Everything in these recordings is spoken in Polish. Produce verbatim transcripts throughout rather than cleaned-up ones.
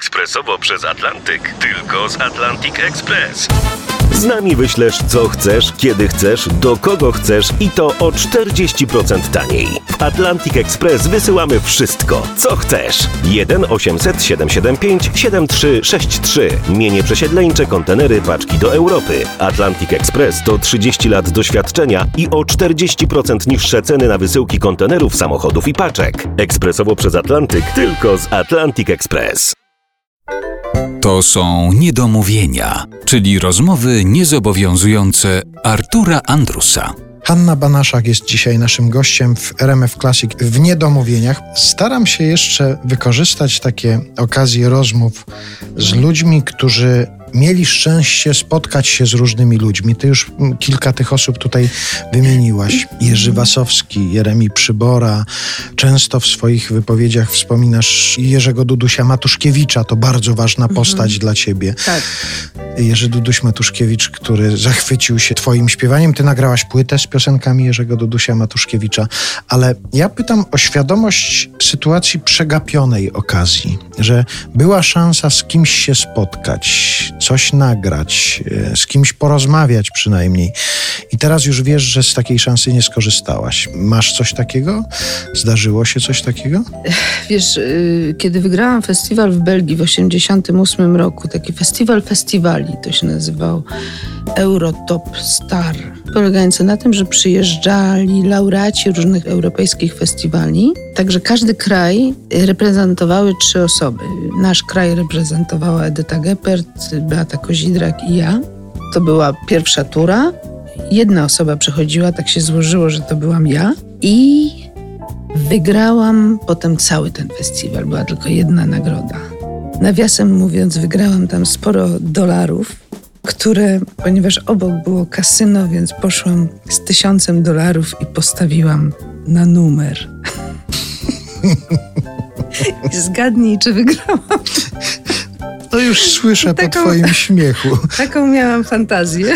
ekspresowo przez Atlantyk. Tylko z Atlantic Express. Z nami wyślesz co chcesz, kiedy chcesz, do kogo chcesz i to o czterdzieści procent taniej. W Atlantic Express wysyłamy wszystko, co chcesz. jeden osiemset siedemset siedemdziesiąt pięć siedemdziesiąt trzy sześćdziesiąt trzy. Mienie przesiedleńcze, kontenery, paczki do Europy. Atlantic Express to trzydzieści lat doświadczenia i o czterdzieści procent niższe ceny na wysyłki kontenerów, samochodów i paczek. Ekspresowo przez Atlantyk, tylko z Atlantic Express. To są niedomówienia, czyli rozmowy niezobowiązujące Artura Andrusa. Hanna Banaszak jest dzisiaj naszym gościem w R M F Classic w Niedomówieniach. Staram się jeszcze wykorzystać takie okazje rozmów z ludźmi, którzy mieli szczęście spotkać się z różnymi ludźmi. Ty już kilka tych osób tutaj wymieniłaś. Jerzy Wasowski, Jeremi Przybora. Często w swoich wypowiedziach wspominasz Jerzego Dudusia Matuszkiewicza. To bardzo ważna postać mhm. dla ciebie. Tak. Jerzy Duduś Matuszkiewicz, który zachwycił się twoim śpiewaniem. Ty nagrałaś płytę z piosenkami Jerzego Dudusia Matuszkiewicza. Ale ja pytam o świadomość sytuacji przegapionej okazji, że była szansa z kimś się spotkać, coś nagrać, z kimś porozmawiać przynajmniej. I teraz już wiesz, że z takiej szansy nie skorzystałaś. Masz coś takiego? Zdarzyło się coś takiego? Wiesz, kiedy wygrałam festiwal w Belgii w osiemdziesiątym ósmym roku, taki festiwal festiwali, to się nazywał Eurotop Star, polegający na tym, że przyjeżdżali laureaci różnych europejskich festiwali. Także każdy kraj reprezentowały trzy osoby. Nasz kraj reprezentowała Edyta Geppert, Beata Kozidrak i ja. To była pierwsza tura. Jedna osoba przechodziła, tak się złożyło, że to byłam ja. I wygrałam potem cały ten festiwal. Była tylko jedna nagroda. Nawiasem mówiąc, wygrałam tam sporo dolarów, które, ponieważ obok było kasyno, więc poszłam z tysiącem dolarów i postawiłam na numer. I zgadnij, czy wygrałam. To już słyszę taką, po twoim śmiechu. Taką miałam fantazję.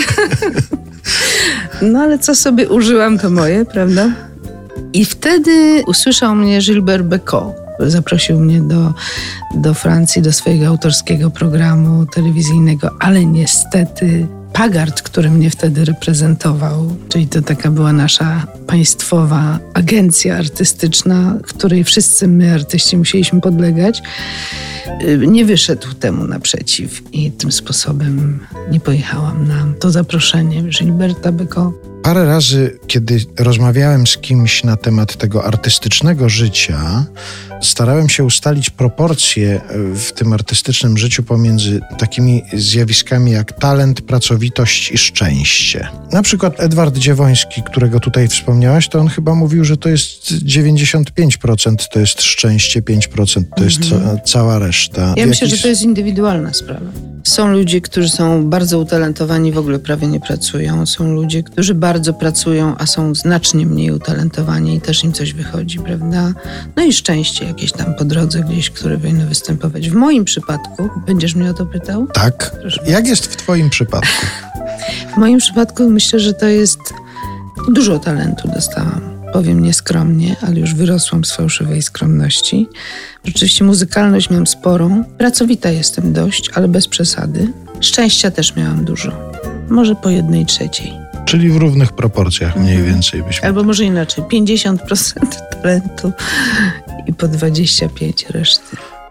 No ale co sobie użyłam, to moje, prawda? I wtedy usłyszał mnie Gilbert Bécaud. Zaprosił mnie do, do Francji, do swojego autorskiego programu telewizyjnego, ale niestety Pagard, który mnie wtedy reprezentował, czyli to taka była nasza państwowa agencja artystyczna, której wszyscy my, artyści, musieliśmy podlegać, nie wyszedł temu naprzeciw i tym sposobem nie pojechałam na to zaproszenie Gilberta Bécaud. Parę razy, kiedy rozmawiałem z kimś na temat tego artystycznego życia, starałem się ustalić proporcje w tym artystycznym życiu pomiędzy takimi zjawiskami jak talent, pracowitość i szczęście. Na przykład Edward Dziewoński, którego tutaj wspomniałaś, to on chyba mówił, że to jest dziewięćdziesiąt pięć procent to jest szczęście, pięć procent to jest ca- cała reszta. Ja myślę, że to jest indywidualna sprawa. Są ludzie, którzy są bardzo utalentowani, w ogóle prawie nie pracują. Są ludzie, którzy bardzo pracują, a są znacznie mniej utalentowani i też im coś wychodzi, prawda? No i szczęście jakieś tam po drodze gdzieś, które powinno występować. W moim przypadku, będziesz mnie o to pytał? Tak. Proszę. Jak jest w twoim przypadku? W moim przypadku myślę, że to jest... Dużo talentu dostałam. Powiem nieskromnie, ale już wyrosłam z fałszywej skromności. Rzeczywiście muzykalność miałam sporą. Pracowita jestem dość, ale bez przesady. Szczęścia też miałam dużo. Może po jednej trzeciej. Czyli w równych proporcjach mniej mhm. więcej byśmy... Albo może inaczej. pięćdziesiąt procent talentu i po dwadzieścia pięć procent reszty.